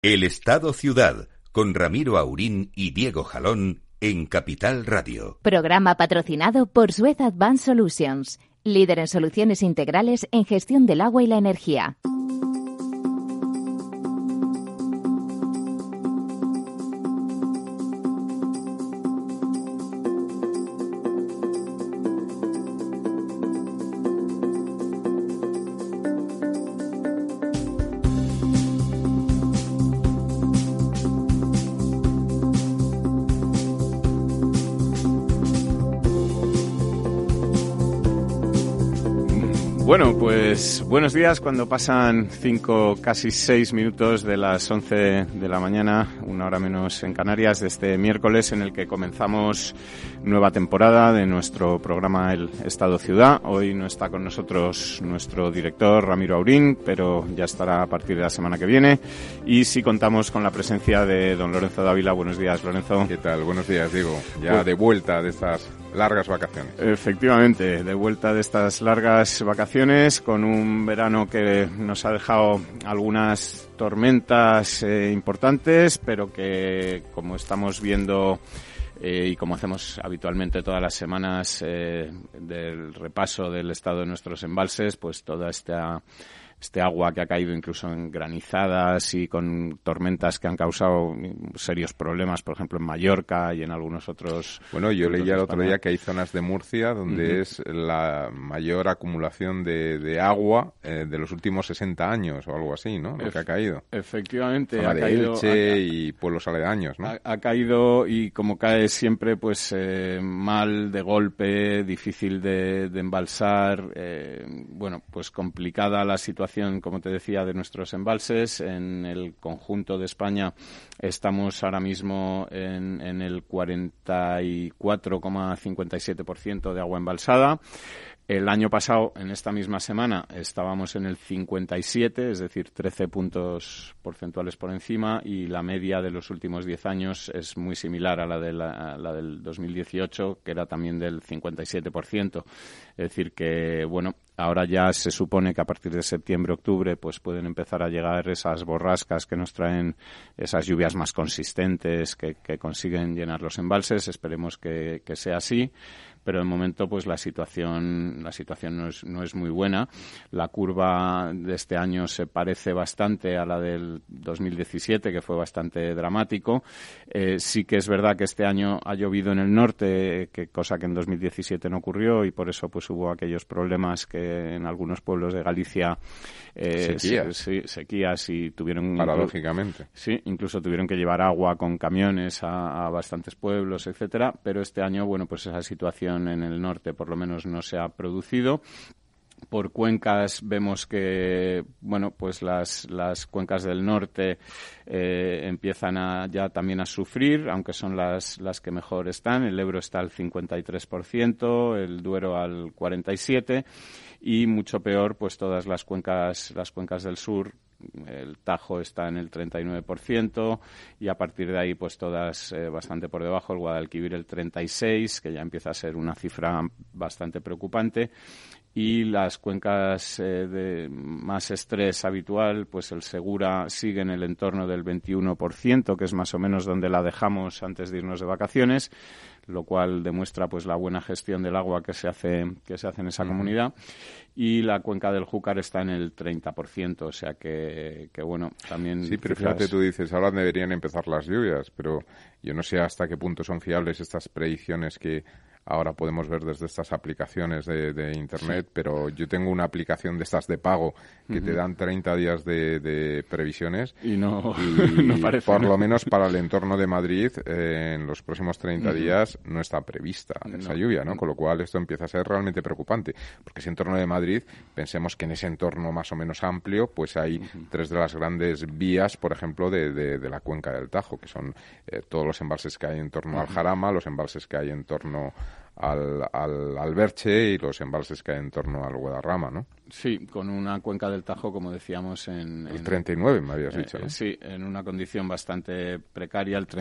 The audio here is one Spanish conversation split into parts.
El Estado Ciudad, con Ramiro Aurín y Diego Jalón en Capital Radio. Programa patrocinado por Suez Advanced Solutions, líder en soluciones integrales en gestión del agua y la energía. Bueno, pues buenos días cuando pasan 5, casi 6 minutos de las 11 de la mañana, una hora menos en Canarias, de este miércoles en el que comenzamos nueva temporada de nuestro programa El Estado Ciudad. Hoy no está con nosotros nuestro director Ramiro Aurín, pero ya estará a partir de la semana que viene. Y sí contamos con la presencia de don Lorenzo Dávila. Buenos días, Lorenzo. ¿Qué tal? Buenos días, Diego. Ya de vuelta de estas largas vacaciones. Efectivamente, de vuelta de estas largas vacaciones, con un verano que nos ha dejado algunas tormentas importantes, pero que, como estamos viendo y como hacemos habitualmente todas las semanas del repaso del estado de nuestros embalses, pues toda este agua que ha caído incluso en granizadas y con tormentas que han causado serios problemas, por ejemplo, en Mallorca y en algunos otros. Bueno, yo leía el otro día que hay zonas de Murcia donde es la mayor acumulación de agua de los últimos 60 años o algo así, ¿no? Lo que ha caído. Efectivamente. Zona de Elche y pueblos aledaños, ¿no? Ha caído, y como cae siempre, pues mal, de golpe, difícil de embalsar, bueno, pues complicada la situación, como te decía, de nuestros embalses. En el conjunto de España estamos ahora mismo en el 44,57% de agua embalsada. El año pasado, en esta misma semana, estábamos en el 57, es decir, 13 puntos porcentuales por encima, y la media de los últimos 10 años es muy similar a la del 2018, que era también del 57%. Es decir que, bueno, ahora ya se supone que a partir de septiembre-octubre pues pueden empezar a llegar esas borrascas que nos traen esas lluvias más consistentes que consiguen llenar los embalses. Esperemos que sea así. Pero de momento pues la situación no es muy buena. La curva de este año se parece bastante a la del 2017, que fue bastante dramático. Sí que es verdad que este año ha llovido en el norte, cosa que en 2017 no ocurrió, y por eso pues hubo aquellos problemas que en algunos pueblos de Galicia sequías, y tuvieron, paradójicamente, incluso tuvieron que llevar agua con camiones a bastantes pueblos, etcétera. Pero este año, bueno, pues esa situación en el norte por lo menos no se ha producido. Por cuencas vemos que, bueno, pues las cuencas del norte empiezan ya también a sufrir, aunque son las que mejor están. El Ebro está al 53%, el Duero al 47%, y mucho peor pues todas las cuencas del sur. El Tajo está en el 39%, y a partir de ahí pues todas bastante por debajo. El Guadalquivir el 36%, que ya empieza a ser una cifra bastante preocupante. Y las cuencas de más estrés habitual, pues el Segura sigue en el entorno del 21%, que es más o menos donde la dejamos antes de irnos de vacaciones, lo cual demuestra pues la buena gestión del agua que se hace en esa comunidad. Y la cuenca del Júcar está en el 30%, o sea que bueno, también. Sí, pero fíjate, tú dices, ahora deberían empezar las lluvias, pero yo no sé hasta qué punto son fiables estas predicciones que ahora podemos ver desde estas aplicaciones de Internet, sí. Pero yo tengo una aplicación de estas de pago que te dan 30 días de previsiones y no parece. Por lo menos para el entorno de Madrid, en los próximos 30 días no está prevista esa lluvia, ¿no? Con lo cual esto empieza a ser realmente preocupante, porque ese entorno de Madrid, pensemos que en ese entorno más o menos amplio, pues hay tres de las grandes vías, por ejemplo, de la cuenca del Tajo, que son todos los embalses que hay en torno al Jarama, los embalses que hay en torno al Alberche y los embalses que hay en torno al Guadarrama, ¿no? Sí, con una cuenca del Tajo, como decíamos, el 39 me habías dicho, ¿no? Sí, en una condición bastante precaria, el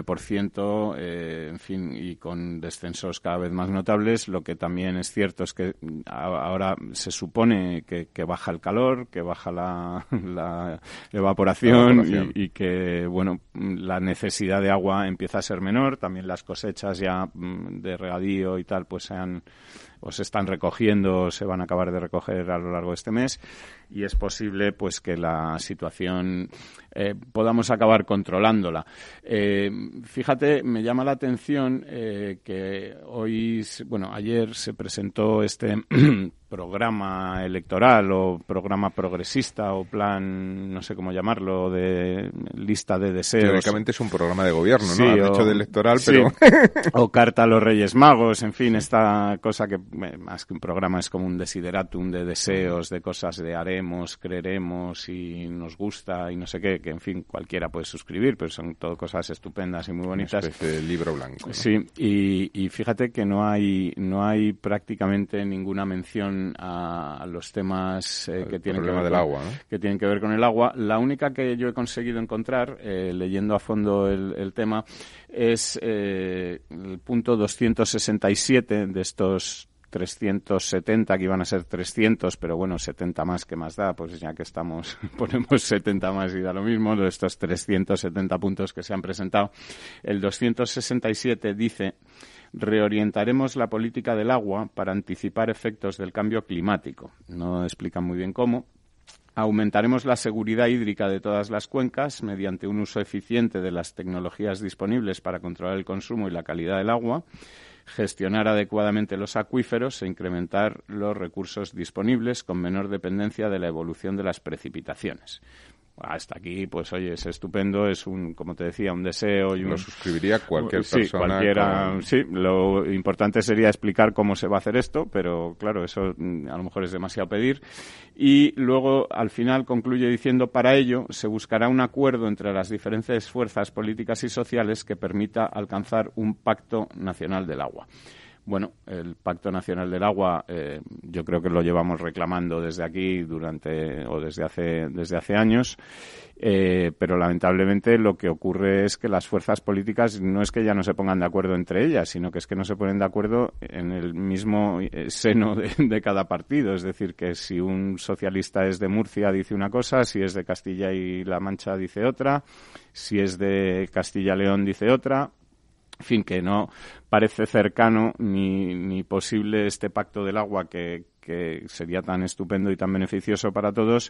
39%, en fin, y con descensos cada vez más notables. Lo que también es cierto es que ahora se supone que baja el calor, que baja la evaporación y que, bueno, la necesidad de agua empieza a ser menor. También las cosechas ya de regadío y tal, pues se están recogiendo, se van a acabar de recoger a lo largo de este mes, y es posible pues que la situación podamos acabar controlándola. Fíjate, me llama la atención que ayer se presentó este programa electoral o programa progresista o plan, no sé cómo llamarlo, de lista de deseos. Teóricamente es un programa de gobierno, ¿no? Sí, Has dicho de electoral, sí, pero... o carta a los Reyes Magos, en fin, esta cosa que más que un programa es como un desideratum de deseos, de cosas de haremos, creeremos y nos gusta y no sé qué, que en fin, cualquiera puede suscribir, pero son todo cosas estupendas y muy bonitas. Una especie de libro blanco, ¿no? Sí, y fíjate que no hay prácticamente ninguna mención a los temas que tienen que ver del agua, ¿no? Que tienen que ver con el agua. La única que yo he conseguido encontrar, leyendo a fondo el tema, es el punto 267 de estos 370, que iban a ser 300, pero bueno, 70 más, que más da, pues ya que estamos, ponemos 70 más y da lo mismo, de estos 370 puntos que se han presentado. El 267 dice: reorientaremos la política del agua para anticipar efectos del cambio climático. No explican muy bien cómo. Aumentaremos la seguridad hídrica de todas las cuencas mediante un uso eficiente de las tecnologías disponibles para controlar el consumo y la calidad del agua, gestionar adecuadamente los acuíferos e incrementar los recursos disponibles con menor dependencia de la evolución de las precipitaciones. Hasta aquí, pues oye, es estupendo, es como te decía, un deseo. Lo suscribiría cualquier persona. Sí, cualquiera. Sí, lo importante sería explicar cómo se va a hacer esto, pero claro, eso a lo mejor es demasiado pedir. Y luego, al final, concluye diciendo: para ello se buscará un acuerdo entre las diferentes fuerzas políticas y sociales que permita alcanzar un pacto nacional del agua. Bueno, el Pacto Nacional del Agua yo creo que lo llevamos reclamando desde aquí desde hace años, pero lamentablemente lo que ocurre es que las fuerzas políticas no es que ya no se pongan de acuerdo entre ellas, sino que es que no se ponen de acuerdo en el mismo seno de cada partido. Es decir, que si un socialista es de Murcia dice una cosa, si es de Castilla y La Mancha dice otra, si es de Castilla y León dice otra. En fin, que no parece cercano ni posible este pacto del agua que sería tan estupendo y tan beneficioso para todos.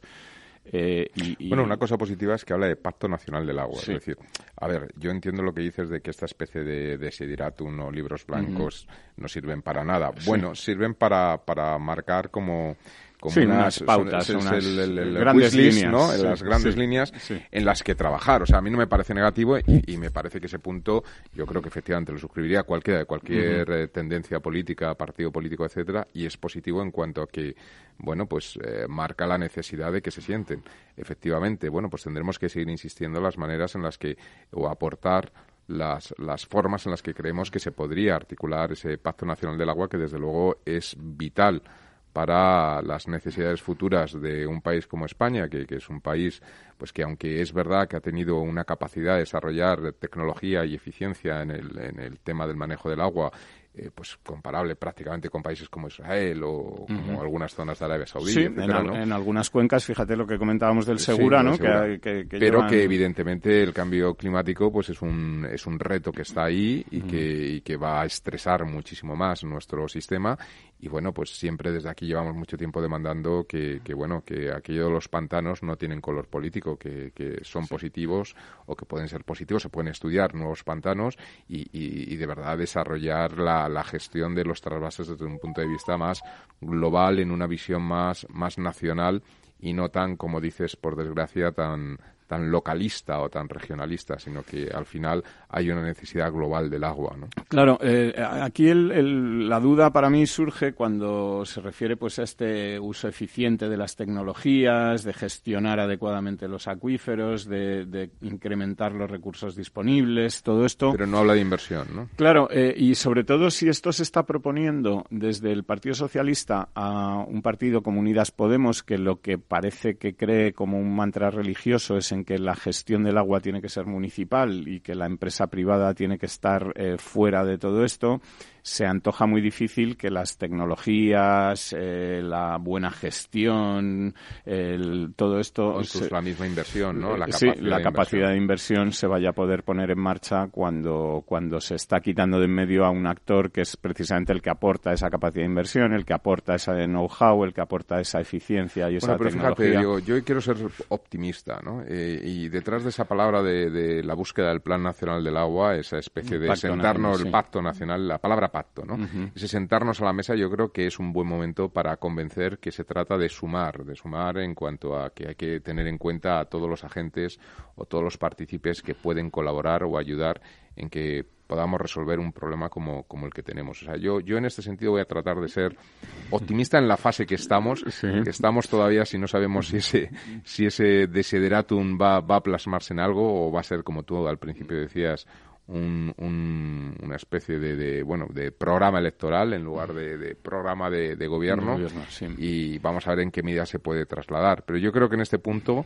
Bueno, una cosa positiva es que habla de Pacto Nacional del Agua. Sí. Es decir, a ver, yo entiendo lo que dices de que esta especie de desideratum o libros blancos no sirven para nada. Sí. Bueno, sirven para marcar como unas pautas, el grandes wishlist, líneas, ¿no? sí, Las grandes líneas en las que trabajar. O sea, a mí no me parece negativo y me parece que ese punto, yo creo que efectivamente lo suscribiría cualquiera de cualquier tendencia política, partido político, etcétera, y es positivo en cuanto a que, bueno, pues marca la necesidad de que se sienten. Efectivamente, bueno, pues tendremos que seguir insistiendo en las maneras en las que, o aportar las formas en las que creemos que se podría articular ese Pacto Nacional del Agua, que desde luego es vital para las necesidades futuras de un país como España, que es un país pues que, aunque es verdad que ha tenido una capacidad de desarrollar tecnología y eficiencia en el tema del manejo del agua, pues comparable prácticamente con países como Israel o como algunas zonas de Arabia Saudí, sí, etcétera, ¿no? En algunas cuencas, fíjate lo que comentábamos del Segura, ¿no? Segura. Que pero llevan... que evidentemente el cambio climático pues es un reto que está ahí y que va a estresar muchísimo más nuestro sistema. Y bueno, pues siempre desde aquí llevamos mucho tiempo demandando que aquello de los pantanos no tienen color político, que son positivos o que pueden ser positivos, se pueden estudiar nuevos pantanos y de verdad desarrollar la gestión de los trasvases desde un punto de vista más global, en una visión más nacional y no tan, como dices, por desgracia, tan tan localista o tan regionalista, sino que al final hay una necesidad global del agua, ¿no? Claro, aquí la duda para mí surge cuando se refiere pues a este uso eficiente de las tecnologías, de gestionar adecuadamente los acuíferos, de incrementar los recursos disponibles, todo esto. Pero no habla de inversión, ¿no? Claro, y sobre todo si esto se está proponiendo desde el Partido Socialista a un partido como Unidas Podemos, que lo que parece que cree como un mantra religioso es en que la gestión del agua tiene que ser municipal y que la empresa privada tiene que estar fuera de todo esto, se antoja muy difícil que las tecnologías, la buena gestión, todo esto... O incluso la misma inversión, ¿no? La capacidad de inversión se vaya a poder poner en marcha cuando se está quitando de en medio a un actor que es precisamente el que aporta esa capacidad de inversión, el que aporta ese know-how, el que aporta esa eficiencia y esa tecnología. Fíjate, yo quiero ser optimista, ¿no? Y detrás de esa palabra de la búsqueda del Plan Nacional del Agua, esa especie de sentarnos, el Pacto Nacional, la palabra pacto, ¿no? Ese sentarnos a la mesa yo creo que es un buen momento para convencer que se trata de sumar en cuanto a que hay que tener en cuenta a todos los agentes o todos los partícipes que pueden colaborar o ayudar en que podamos resolver un problema como el que tenemos. O sea, yo en este sentido voy a tratar de ser optimista en la fase que estamos, que estamos todavía, si no sabemos si ese desideratum va a plasmarse en algo o va a ser, como tú al principio decías, una especie de programa electoral en lugar de programa de gobierno, sí. Y vamos a ver en qué medida se puede trasladar. Pero yo creo que en este punto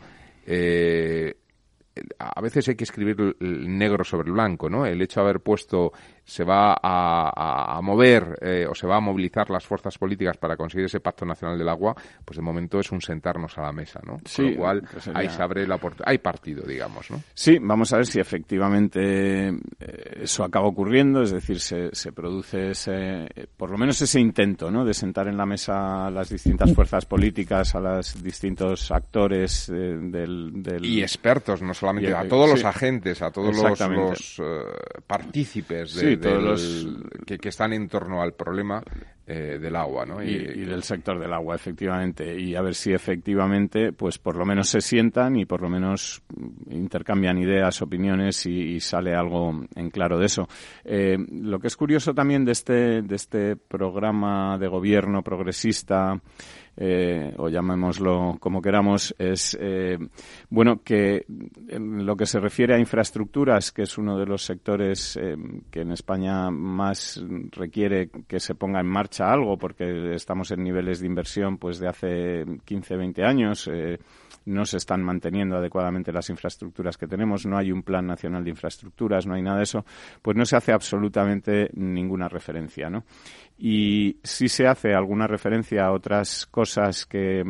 a veces hay que escribir negro sobre blanco, ¿no? El hecho de haber puesto se va a mover o se va a movilizar las fuerzas políticas para conseguir ese Pacto Nacional del Agua, pues de momento es un sentarnos a la mesa, ¿no? Sí, con lo cual ahí se abre la oportunidad. Hay partido, digamos, ¿no? Sí, vamos a ver si efectivamente eso acaba ocurriendo, es decir, se produce por lo menos ese intento, ¿no? De sentar en la mesa a las distintas fuerzas políticas, a los distintos actores y expertos, no solamente a todos los agentes, a todos los partícipes que están en torno al problema del agua, ¿no? Y del sector del agua, efectivamente. Y a ver si efectivamente, pues por lo menos se sientan y por lo menos intercambian ideas, opiniones y sale algo en claro de eso. Lo que es curioso también de este programa de gobierno progresista, o llamémoslo como queramos, es que en lo que se refiere a infraestructuras, que es uno de los sectores que en España más requiere que se ponga en marcha algo, porque estamos en niveles de inversión pues de hace 15, 20 años, no se están manteniendo adecuadamente las infraestructuras que tenemos, no hay un plan nacional de infraestructuras, no hay nada de eso, pues no se hace absolutamente ninguna referencia, ¿no? Y sí se hace alguna referencia a otras cosas que,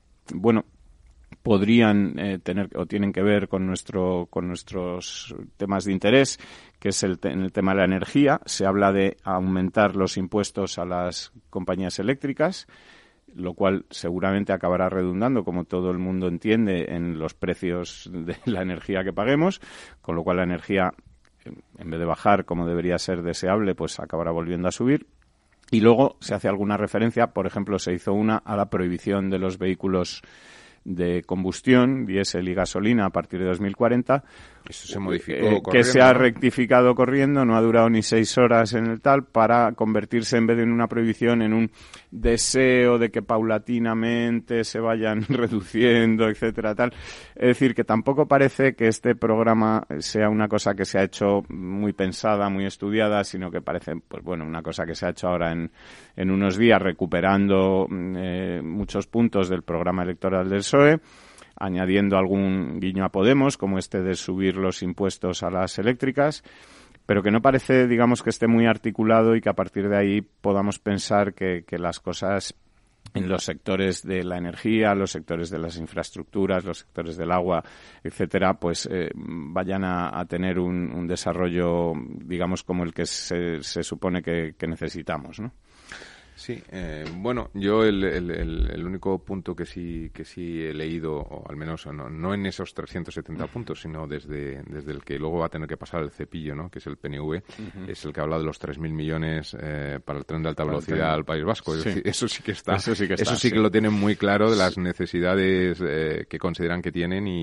podrían tener o tienen que ver con nuestros temas de interés, que es en el tema de la energía. Se habla de aumentar los impuestos a las compañías eléctricas, lo cual seguramente acabará redundando, como todo el mundo entiende, en los precios de la energía que paguemos, con lo cual la energía, en vez de bajar como debería ser deseable, pues acabará volviendo a subir. Y luego se hace alguna referencia, por ejemplo, se hizo una a la prohibición de los vehículos de combustión, diésel y gasolina a partir de 2040. Eso se modificó corriendo, que se ha rectificado corriendo, no ha durado ni 6 horas en el tal, para convertirse en vez de en una prohibición en un deseo de que paulatinamente se vayan reduciendo, etcétera, tal. Es decir, que tampoco parece que este programa sea una cosa que se ha hecho muy pensada, muy estudiada, sino que parece, pues bueno, una cosa que se ha hecho ahora en unos días, recuperando muchos puntos del programa electoral del PSOE, añadiendo algún guiño a Podemos, como este de subir los impuestos a las eléctricas, pero que no parece, digamos, que esté muy articulado y que a partir de ahí podamos pensar que las cosas en los sectores de la energía, los sectores de las infraestructuras, los sectores del agua, etcétera, pues vayan a tener un desarrollo, digamos, como el que se supone que necesitamos, ¿no? Sí, yo el único punto que sí he leído, o al menos no en esos 370 puntos, sino desde el que luego va a tener que pasar el cepillo, ¿no? Que es el PNV, es el que habla de los 3.000 millones para el tren de alta velocidad al País Vasco. Es decir, eso sí que está. Eso sí que lo tienen muy claro de las necesidades que consideran que tienen y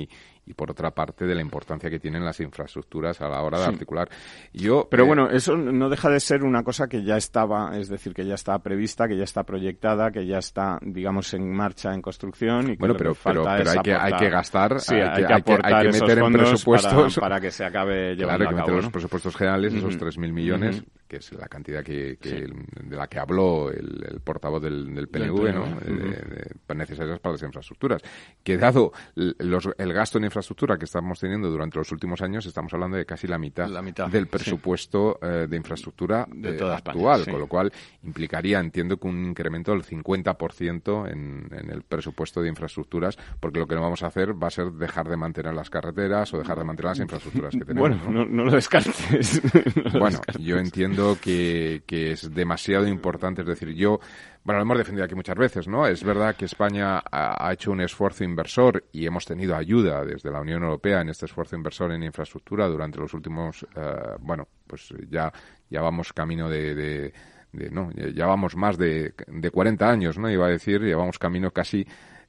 y por otra parte de la importancia que tienen las infraestructuras a la hora de articular. Pero bueno, eso no deja de ser una cosa que ya estaba, es decir, que ya está prevista, que ya está proyectada, que ya está, digamos, en marcha, en construcción. Y que pero hay que gastar, hay que aportar hay que meter en presupuestos para que se acabe llevando a cabo, los presupuestos generales, esos 3.000 millones, que es la cantidad de la que habló el portavoz del PNV, ¿no? Necesarias para las infraestructuras. Que dado el gasto en infraestructura que estamos teniendo durante los últimos años, estamos hablando de casi la mitad del presupuesto de infraestructura actual, con lo cual implicaría, entiendo, que un incremento del 50% en el presupuesto de infraestructuras, porque lo que no vamos a hacer va a ser dejar de mantener las carreteras o dejar de mantener las infraestructuras que tenemos. Bueno, no lo descartes. Yo entiendo que es demasiado importante, es decir, lo hemos defendido aquí muchas veces, ¿no? Es verdad que España ha hecho un esfuerzo inversor y hemos tenido ayuda desde la Unión Europea en este esfuerzo inversor en infraestructura durante los últimos, pues ya vamos camino ya vamos más de 40 años, ¿no? Iba a decir, llevamos camino casi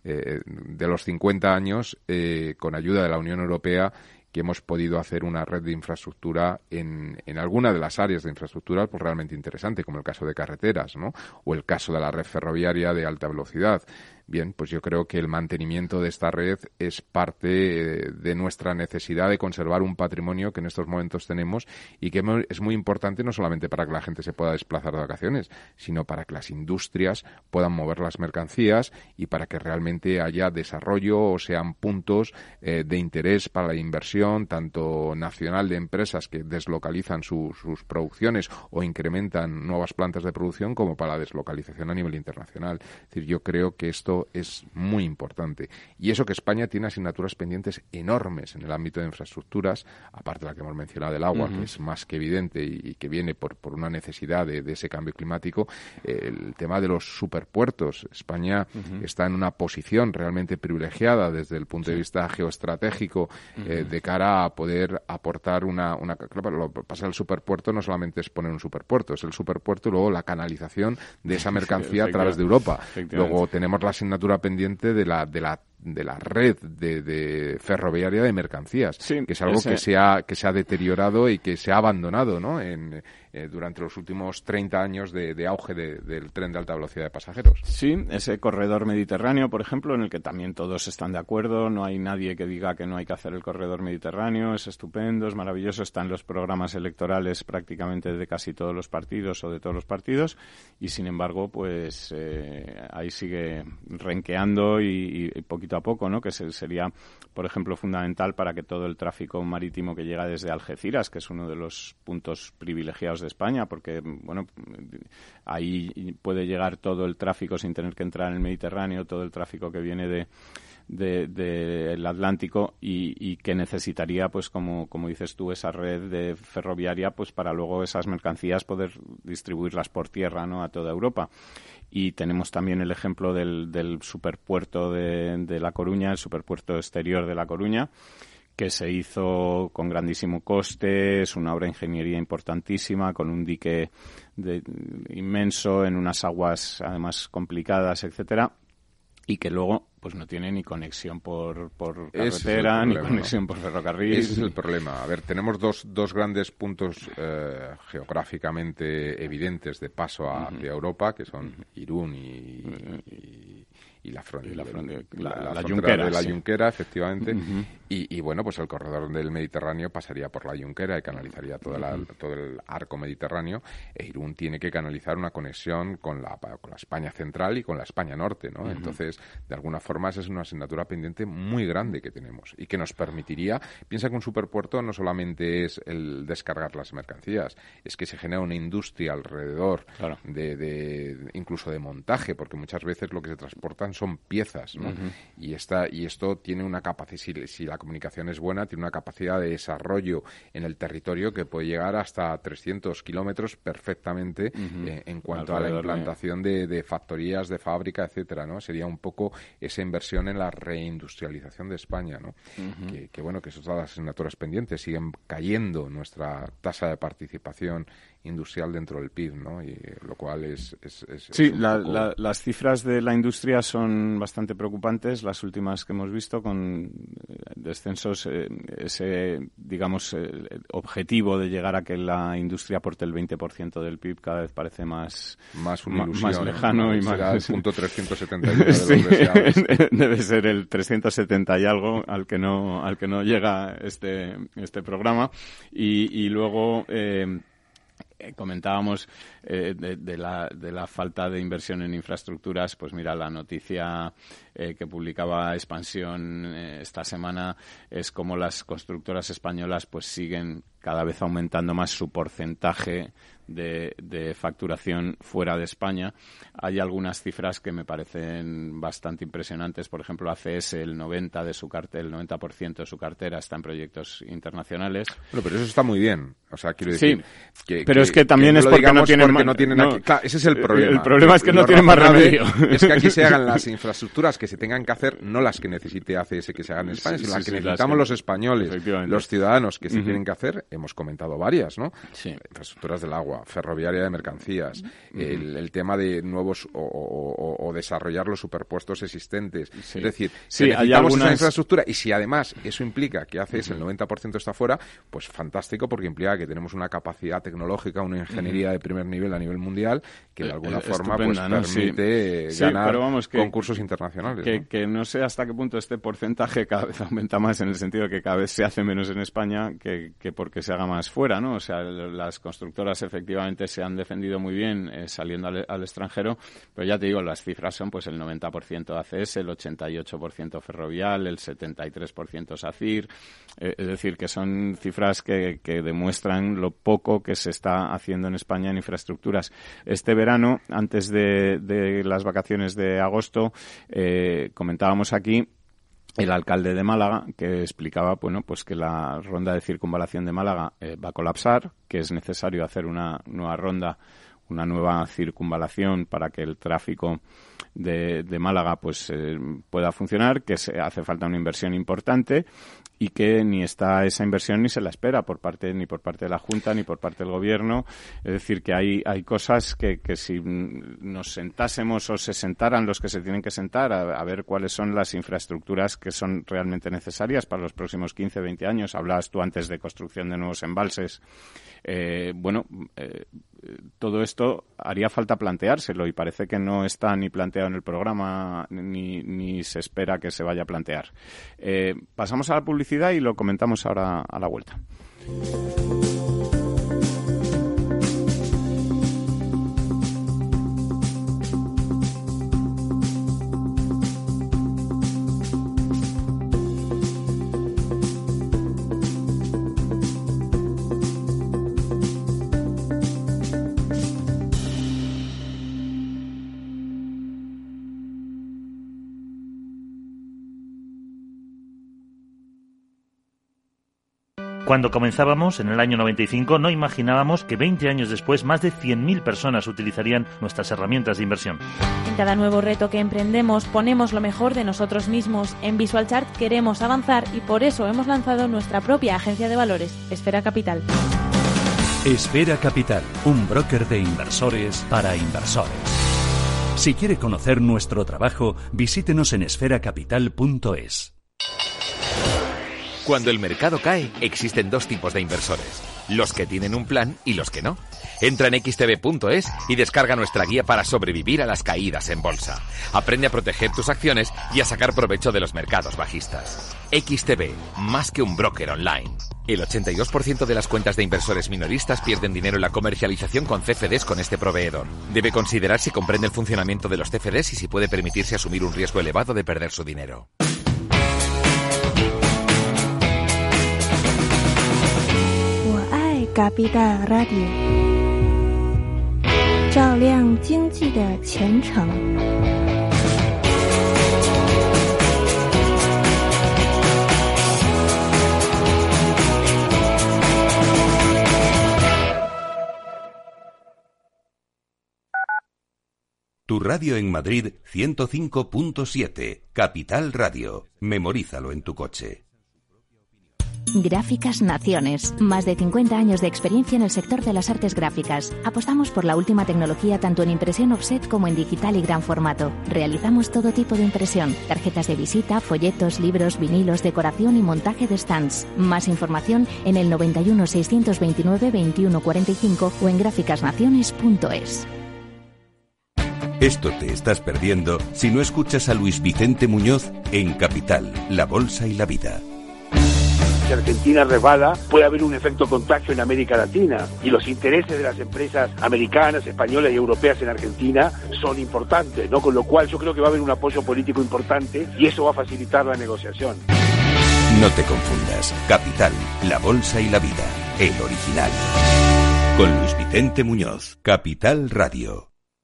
de los 50 años con ayuda de la Unión Europea, que hemos podido hacer una red de infraestructura en alguna de las áreas de infraestructura pues realmente interesante, como el caso de carreteras, ¿no? O el caso de la red ferroviaria de alta velocidad. Bien, pues yo creo que el mantenimiento de esta red es parte de nuestra necesidad de conservar un patrimonio que en estos momentos tenemos y que es muy importante no solamente para que la gente se pueda desplazar de vacaciones, sino para que las industrias puedan mover las mercancías y para que realmente haya desarrollo o sean puntos de interés para la inversión, tanto nacional de empresas que deslocalizan sus producciones o incrementan nuevas plantas de producción, como para la deslocalización a nivel internacional. Es decir, yo creo que esto es muy importante. Y eso que España tiene asignaturas pendientes enormes en el ámbito de infraestructuras, aparte de la que hemos mencionado del agua, que es más que evidente y que viene por una necesidad de ese cambio climático, el tema de los superpuertos. España está en una posición realmente privilegiada desde el punto de vista geoestratégico de cara a poder aportar claro, lo que pasa el superpuerto no solamente es poner un superpuerto, es el superpuerto y luego la canalización de esa mercancía a través de Europa. Luego tenemos la asignatura pendiente de la red de ferroviaria de mercancías, que es algo que se ha deteriorado y que se ha abandonado, ¿no? Durante los últimos 30 años de auge del tren de alta velocidad de pasajeros. Sí, ese corredor mediterráneo, por ejemplo, en el que también todos están de acuerdo, no hay nadie que diga que no hay que hacer el corredor mediterráneo, es estupendo, es maravilloso, está en los programas electorales prácticamente de casi todos los partidos o de todos los partidos, y sin embargo, pues ahí sigue renqueando y poquito a poco, ¿no? Que sería, por ejemplo, fundamental para que todo el tráfico marítimo que llega desde Algeciras, que es uno de los puntos privilegiados de España, porque, bueno, ahí puede llegar todo el tráfico sin tener que entrar en el Mediterráneo, todo el tráfico que viene del Atlántico y que necesitaría, pues como dices tú, esa red de ferroviaria, pues para luego esas mercancías poder distribuirlas por tierra, ¿no? A toda Europa. Y tenemos también el ejemplo del superpuerto de La Coruña, el superpuerto exterior de La Coruña, que se hizo con grandísimo coste, es una obra de ingeniería importantísima, con un dique inmenso en unas aguas además complicadas, etcétera, y que luego pues no tiene ni conexión por carretera, ni conexión por ferrocarril. Ese es el problema. A ver, tenemos dos grandes puntos geográficamente evidentes de paso hacia Europa, que son Irún y la frontera de la Junquera, efectivamente. Y bueno, pues el corredor del Mediterráneo pasaría por la Junquera y canalizaría todo el arco mediterráneo. E Irún tiene que canalizar una conexión con la España central y con la España norte, ¿no? Entonces, de alguna forma, esa es una asignatura pendiente muy grande que tenemos y que nos permitiría... Piensa que un superpuerto no solamente es el descargar las mercancías, es que se genera una industria alrededor, claro, incluso de montaje, porque muchas veces lo que se transportan son piezas, ¿no? Y esto tiene una capacidad, si la comunicación es buena, tiene una capacidad de desarrollo en el territorio que puede llegar hasta 300 kilómetros perfectamente en cuanto a la implantación de factorías, de fábrica, etcétera, ¿no? Sería un poco esa inversión en la reindustrialización de España, ¿no? Que bueno, que esas son las asignaturas pendientes, siguen cayendo nuestra tasa de participación industrial dentro del PIB, ¿no? Y lo cual es sí, las cifras de la industria son son bastante preocupantes, las últimas que hemos visto, con descensos, ese, digamos, objetivo de llegar a que la industria aporte el 20% del PIB cada vez parece más lejano y más... el punto 371 de los deseables. Debe ser el 370 y algo al que no llega este programa. Y luego... comentábamos de la falta de inversión en infraestructuras. Pues mira, la noticia que publicaba Expansión esta semana es como las constructoras españolas pues siguen cada vez aumentando más su porcentaje de facturación fuera de España. Hay algunas cifras que me parecen bastante impresionantes. Por ejemplo, ACS, el 90% de su cartera está en proyectos internacionales. Bueno, pero eso está muy bien. O sea, quiero decir... Sí, pero es que también es porque no tienen... Claro, ese es el problema. El problema es que no tienen más remedio. Es que aquí se hagan las infraestructuras que se tengan que hacer, no las que necesite ACS que se hagan en España, sino las que necesitamos los españoles, los ciudadanos que se tienen que hacer. Hemos comentado varias, ¿no? Sí. Infraestructuras del agua, ferroviaria de mercancías, el tema de nuevos o desarrollar los superpuestos existentes. Sí. Es decir, si necesitamos esa infraestructura y si además eso implica que ACS el 90% está fuera, pues fantástico, porque implica que tenemos una capacidad tecnológica, una ingeniería de primer nivel a nivel mundial que de alguna forma pues permite ganar concursos internacionales. Que no sé hasta qué punto este porcentaje cada vez aumenta más, en el sentido de que cada vez se hace menos en España que porque se haga más fuera, ¿no? O sea, las constructoras efectivamente se han defendido muy bien saliendo al extranjero, pero ya te digo, las cifras son pues el 90% ACS, el 88% Ferrovial, el 73% SACIR, es decir, que son cifras que demuestran lo poco que se está haciendo en España en infraestructuras. Este verano, antes de las vacaciones de agosto, comentábamos aquí el alcalde de Málaga, que explicaba, bueno, pues que la ronda de circunvalación de Málaga va a colapsar, que es necesario hacer una nueva ronda, una nueva circunvalación para que el tráfico de Málaga pues pueda funcionar, que hace falta una inversión importante y que ni está esa inversión ni se la espera ni por parte de la Junta ni por parte del Gobierno. Es decir, que hay cosas que si nos sentásemos o se sentaran los que se tienen que sentar a ver cuáles son las infraestructuras que son realmente necesarias para los próximos 15, 20 años. Hablabas tú antes de construcción de nuevos embalses. Todo esto haría falta planteárselo y parece que no está ni planteado en el programa ni se espera que se vaya a plantear. Pasamos a la publicidad y lo comentamos ahora a la vuelta. Cuando comenzábamos, en el año 95, no imaginábamos que 20 años después más de 100.000 personas utilizarían nuestras herramientas de inversión. En cada nuevo reto que emprendemos, ponemos lo mejor de nosotros mismos. En VisualChart queremos avanzar y por eso hemos lanzado nuestra propia agencia de valores, Esfera Capital. Esfera Capital, un broker de inversores para inversores. Si quiere conocer nuestro trabajo, visítenos en esferacapital.es. Cuando el mercado cae, existen dos tipos de inversores, los que tienen un plan y los que no. Entra en xtb.es y descarga nuestra guía para sobrevivir a las caídas en bolsa. Aprende a proteger tus acciones y a sacar provecho de los mercados bajistas. XTB, más que un broker online. El 82% de las cuentas de inversores minoristas pierden dinero en la comercialización con CFDs con este proveedor. Debe considerar si comprende el funcionamiento de los CFDs y si puede permitirse asumir un riesgo elevado de perder su dinero. Capital Radio， 照亮经济的前程。 Tu radio en Madrid 105.7, Capital Radio. Memorízalo en tu coche. Gráficas Naciones. Más de 50 años de experiencia en el sector de las artes gráficas. Apostamos por la última tecnología tanto en impresión offset como en digital y gran formato. Realizamos todo tipo de impresión. Tarjetas de visita, folletos, libros, vinilos, decoración y montaje de stands. Más información en el 91 629 21 45 o en gráficasnaciones.es. Esto te estás perdiendo si no escuchas a Luis Vicente Muñoz en Capital, La Bolsa y la Vida. Si Argentina resbala, puede haber un efecto contagio en América Latina y los intereses de las empresas americanas, españolas y europeas en Argentina son importantes, ¿no? Con lo cual yo creo que va a haber un apoyo político importante y eso va a facilitar la negociación. No te confundas. Capital, La Bolsa y la Vida, el original. Con Luis Vicente Muñoz, Capital Radio.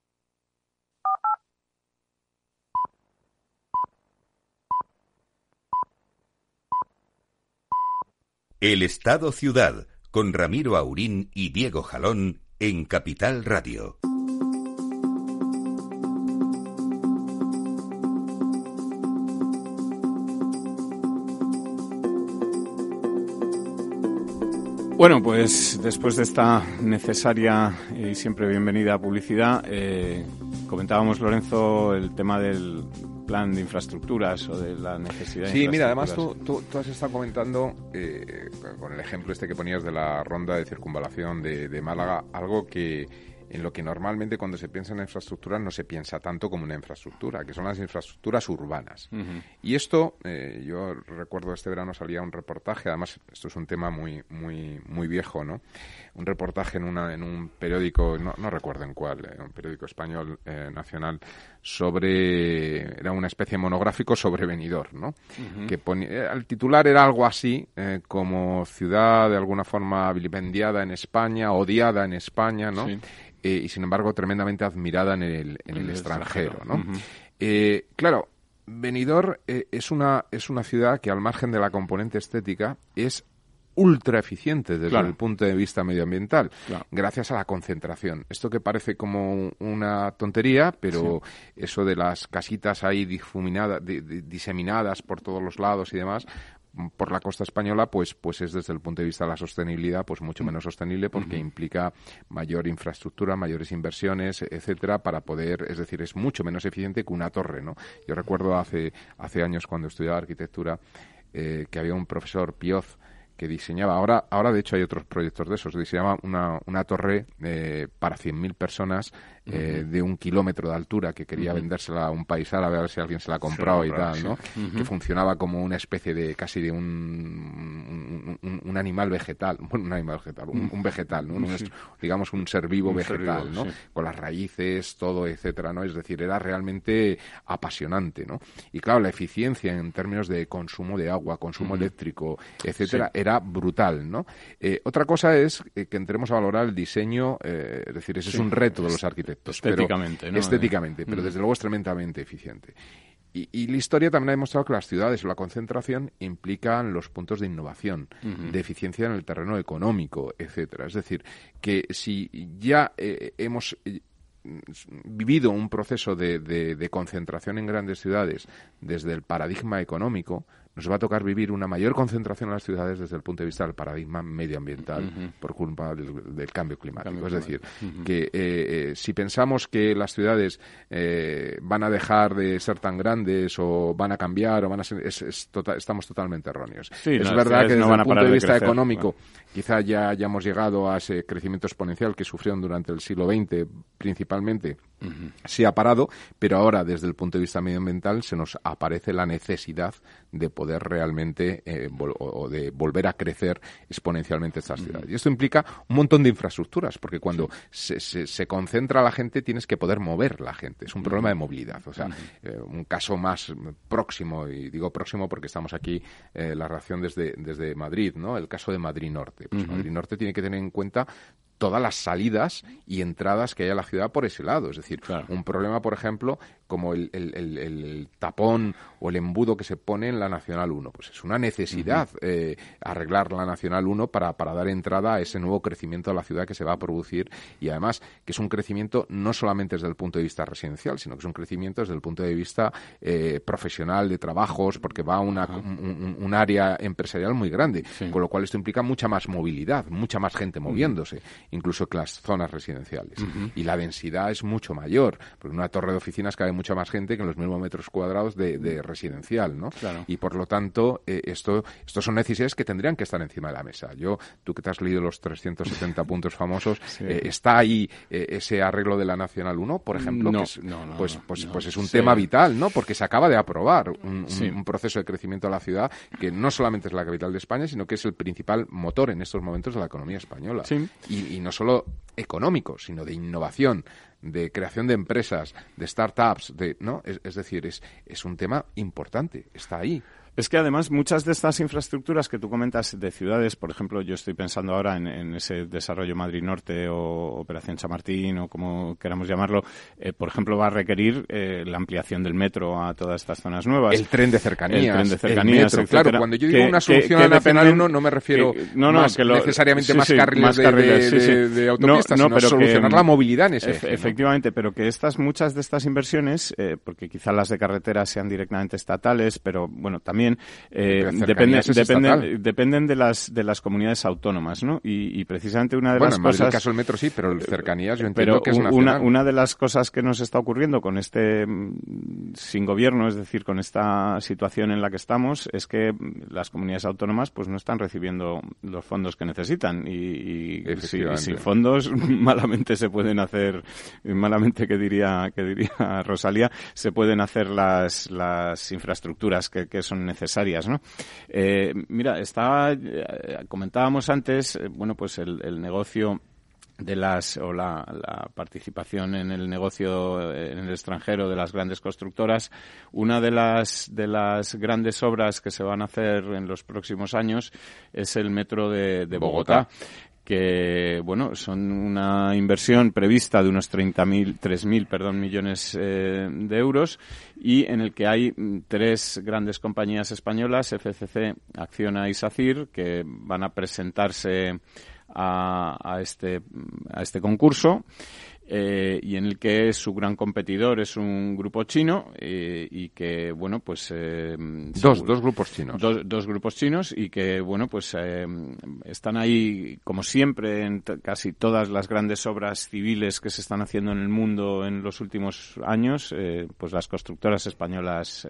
El Estado Ciudad, con Ramiro Aurín y Diego Jalón, en Capital Radio. Bueno, pues después de esta necesaria y siempre bienvenida publicidad, comentábamos, Lorenzo, el tema del plan de infraestructuras o de la necesidad de Sí, mira, infraestructuras. además tú has estado comentando, con el ejemplo este que ponías de la ronda de circunvalación de Málaga, algo que en lo que normalmente cuando se piensa en infraestructura no se piensa tanto como una infraestructura, que son las infraestructuras urbanas. Uh-huh. Y esto, yo recuerdo este verano salía un reportaje, además esto es un tema muy viejo, ¿no? Un reportaje en un periódico, no recuerdo en cuál, un periódico español nacional, era una especie de monográfico sobre Benidorm, ¿no? Uh-huh. Que el titular era algo así, como ciudad de alguna forma vilipendiada en España, odiada en España, ¿no? Sí. Y sin embargo tremendamente admirada en el extranjero, ¿no? Uh-huh. Claro, Benidorm es una ciudad que al margen de la componente estética es ultra eficiente desde el punto de vista medioambiental, gracias a la concentración. Esto que parece como una tontería, pero eso de las casitas ahí diseminadas por todos los lados y demás, por la costa española, pues es desde el punto de vista de la sostenibilidad, pues mucho menos sostenible porque implica mayor infraestructura, mayores inversiones, etcétera, para poder, es decir, es mucho menos eficiente que una torre, ¿no? Yo recuerdo hace años cuando estudiaba arquitectura que había un profesor, Pioz, que diseñaba, ahora de hecho hay otros proyectos de esos, diseñaba una torre para 100.000 personas de 1 kilómetro de altura que quería vendérsela a un país árabe a ver si alguien se la compraba y tal, ¿no? Que funcionaba como una especie de casi de un animal vegetal, bueno, un animal vegetal, un vegetal, ¿no? Digamos un ser vivo vegetal, ¿no? Con las raíces, todo, etcétera, ¿no? Es decir, era realmente apasionante, ¿no? Y claro, la eficiencia en términos de consumo de agua, consumo eléctrico, etcétera, era brutal, ¿no? Otra cosa es que entremos a valorar el diseño, es decir, ese es un reto de los arquitectos. Estéticamente, ¿no? Estéticamente, pero desde luego es tremendamente eficiente. Y la historia también ha demostrado que las ciudades o la concentración implican los puntos de innovación, de eficiencia en el terreno económico, etcétera. Es decir, que si ya hemos vivido un proceso de concentración en grandes ciudades desde el paradigma económico, nos va a tocar vivir una mayor concentración en las ciudades desde el punto de vista del paradigma medioambiental por culpa del cambio climático. Es decir, que si pensamos que las ciudades van a dejar de ser tan grandes o van a cambiar o van a ser, estamos totalmente erróneos. Sí, es verdad que desde el punto de vista económico quizá ya hayamos llegado a ese crecimiento exponencial que sufrieron durante el siglo XX principalmente. Se ha parado, pero ahora desde el punto de vista medioambiental se nos aparece la necesidad de poder realmente o de volver a crecer exponencialmente estas ciudades. Y esto implica un montón de infraestructuras, porque cuando se concentra la gente tienes que poder mover la gente. Es un problema de movilidad. O sea, un caso más próximo, y digo próximo porque estamos aquí la relación desde Madrid, ¿no? El caso de Madrid Norte. Pues Madrid Norte tiene que tener en cuenta todas las salidas y entradas que hay a la ciudad por ese lado. Es decir, un problema, por ejemplo, como el tapón o el embudo que se pone en la Nacional 1. Pues es una necesidad arreglar la Nacional 1 para dar entrada a ese nuevo crecimiento de la ciudad que se va a producir, y además que es un crecimiento no solamente desde el punto de vista residencial, sino que es un crecimiento desde el punto de vista profesional, de trabajos, porque va a un área empresarial muy grande, con lo cual esto implica mucha más movilidad, mucha más gente moviéndose, incluso que las zonas residenciales. Y la densidad es mucho mayor, porque en una torre de oficinas cabe mucha más gente que en los mismos metros cuadrados de residencial, ¿no? Claro. Y por lo tanto, estos son necesidades que tendrían que estar encima de la mesa. Tú que te has leído los 370 puntos famosos, ¿está ahí ese arreglo de la Nacional 1, por ejemplo? No, pues es un tema vital, ¿no? Porque se acaba de aprobar un proceso de crecimiento de la ciudad que no solamente es la capital de España, sino que es el principal motor en estos momentos de la economía española. Y no solo económico, sino de innovación, de creación de empresas, de startups, ¿no? Es decir, es un tema importante, está ahí. Es que además muchas de estas infraestructuras que tú comentas de ciudades, por ejemplo, yo estoy pensando ahora en ese desarrollo Madrid Norte o Operación Chamartín o como queramos llamarlo, por ejemplo, va a requerir la ampliación del metro a todas estas zonas nuevas. El tren de cercanías, el metro, claro, cuando yo digo una solución a Nacional 1 no me refiero necesariamente más carriles de autopistas, sino pero solucionar la movilidad en ese eje, efectivamente, pero que muchas de estas inversiones, porque quizá las de carreteras sean directamente estatales, pero bueno, también dependen de las comunidades autónomas, ¿no? Y precisamente una de las cosas... en el caso del metro sí, pero cercanías yo entiendo que es nacional. Una de las cosas que nos está ocurriendo con sin gobierno, es decir, con esta situación en la que estamos, es que las comunidades autónomas pues no están recibiendo los fondos que necesitan y sin fondos malamente se pueden hacer, que diría Rosalía, se pueden hacer las infraestructuras que son necesarias, ¿no? Mira, comentábamos antes, pues el negocio la participación en el negocio en el extranjero de las grandes constructoras. Una de las grandes obras que se van a hacer en los próximos años es el metro de Bogotá, que son una inversión prevista de unos 3.000 millones de euros, y en el que hay 3 grandes compañías españolas, FCC, Acciona y SACIR, que van a presentarse a este concurso. Y en el que su gran competidor es un grupo chino y que dos grupos chinos. Dos grupos chinos y que están ahí como siempre en casi todas las grandes obras civiles que se están haciendo en el mundo en los últimos años, las constructoras españolas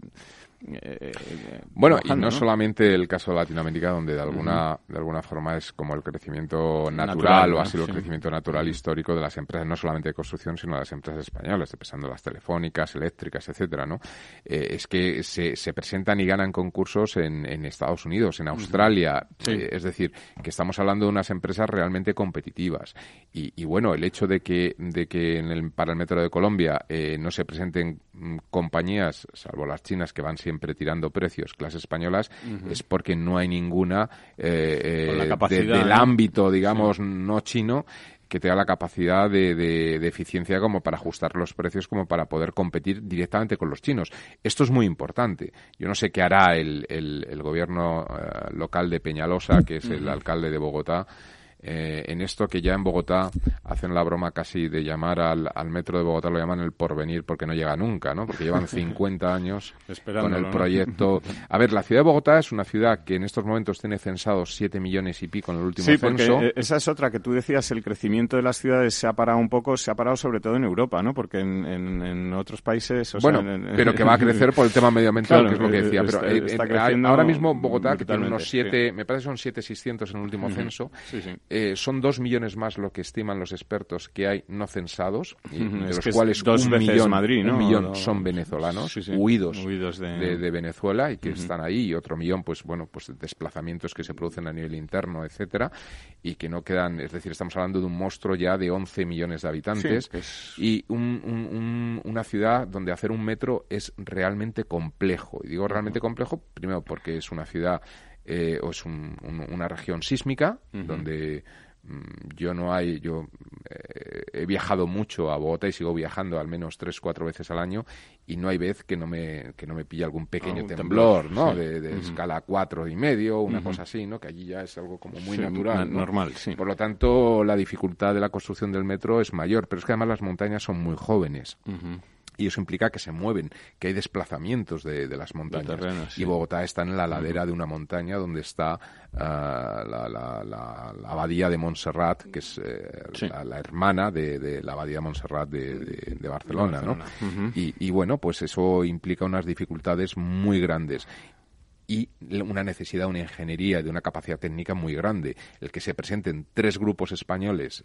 y no solamente el caso de Latinoamérica, donde de alguna forma es como el crecimiento natural o ha sido el crecimiento natural histórico de las empresas, no solamente de construcción, sino de las empresas españolas, empezando las telefónicas, eléctricas, etcétera, ¿no? Es que se presentan y ganan concursos en Estados Unidos, en Australia, es decir, que estamos hablando de unas empresas realmente competitivas. Y el hecho de que para el Metro de Colombia no se presenten compañías, salvo las chinas que van siempre tirando precios, que las españolas, es porque no hay ninguna del ámbito, digamos, no chino, que tenga la capacidad de eficiencia como para ajustar los precios, como para poder competir directamente con los chinos. Esto es muy importante. Yo no sé qué hará el gobierno local de Peñalosa, que es el alcalde de Bogotá, en esto, que ya en Bogotá hacen la broma casi de llamar al metro de Bogotá, lo llaman el porvenir porque no llega nunca, ¿no? Porque llevan 50 años con el proyecto. A ver, la ciudad de Bogotá es una ciudad que en estos momentos tiene censados 7 millones y pico en el último censo. Sí, porque esa es otra que tú decías, el crecimiento de las ciudades se ha parado un poco, se ha parado sobre todo en Europa, ¿no? Porque en otros países... pero que va a crecer por el tema medioambiental, que es lo que decía. Pero ahora mismo Bogotá, que tiene unos 7, me parece son 7.600 en el último censo, son 2 millones más lo que estiman los expertos que hay no censados, de los cuales un millón son venezolanos, huidos de Venezuela y que están ahí, y otro millón, desplazamientos que se producen a nivel interno, etcétera, y que no quedan, es decir, estamos hablando de un monstruo ya de 11 millones de habitantes, y una ciudad donde hacer un metro es realmente complejo. Y digo realmente complejo, primero porque es una ciudad o es una región sísmica, donde yo he viajado mucho a Bogotá y sigo viajando al menos 3-4 veces al año y no hay vez que no me pille algún pequeño temblor, ¿no? Sí. De escala 4,5, una cosa así, ¿no? Que allí ya es algo como muy natural, ¿no? Normal, sí. Por lo tanto, la dificultad de la construcción del metro es mayor, pero es que además las montañas son muy jóvenes. Y eso implica que se mueven, que hay desplazamientos de las montañas. De terreno, sí. Y Bogotá está en la ladera de una montaña donde está la abadía de Montserrat, que es la hermana de la abadía de Montserrat de Barcelona, ¿no? Y bueno, pues eso implica unas dificultades muy grandes. Y una necesidad de una ingeniería, de una capacidad técnica muy grande. El que se presenten 3 grupos españoles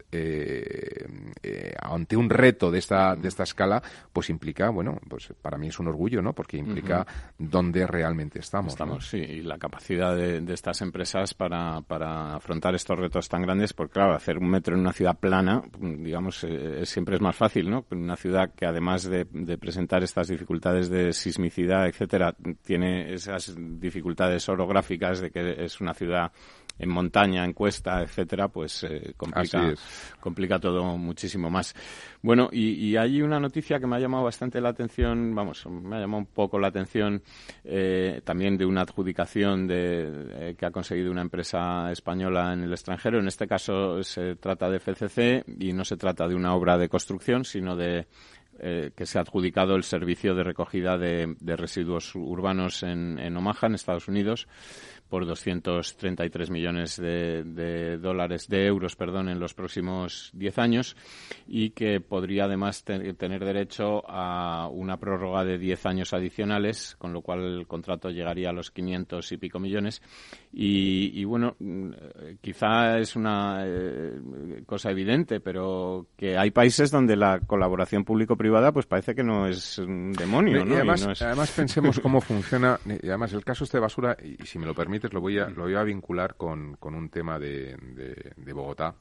ante un reto de esta escala, pues implica, bueno, pues para mí es un orgullo, ¿no? Porque implica dónde realmente estamos, ¿no? Sí, y la capacidad de estas empresas para afrontar estos retos tan grandes, porque claro, hacer un metro en una ciudad plana, digamos, siempre es más fácil, ¿no? Una ciudad que además de presentar estas dificultades de sismicidad, etcétera, tiene esas dificultades orográficas de que es una ciudad en montaña, en cuesta, etcétera, pues complica todo muchísimo más. Bueno, y hay una noticia que me ha llamado bastante la atención, me ha llamado un poco la atención también de una adjudicación que ha conseguido una empresa española en el extranjero. En este caso se trata de FCC y no se trata de una obra de construcción, sino de que se ha adjudicado el servicio de recogida de residuos urbanos en Omaha, en Estados Unidos, por 233 millones de euros en los próximos 10 años, y que podría además tener derecho a una prórroga de 10 años adicionales, con lo cual el contrato llegaría a los 500 y pico millones. Y bueno, quizá es una cosa evidente, pero que hay países donde la colaboración público-privada pues parece que no es un demonio, ¿no? Además pensemos cómo funciona, y además el caso de basura, y si me lo permites lo voy a vincular con un tema de Bogotá.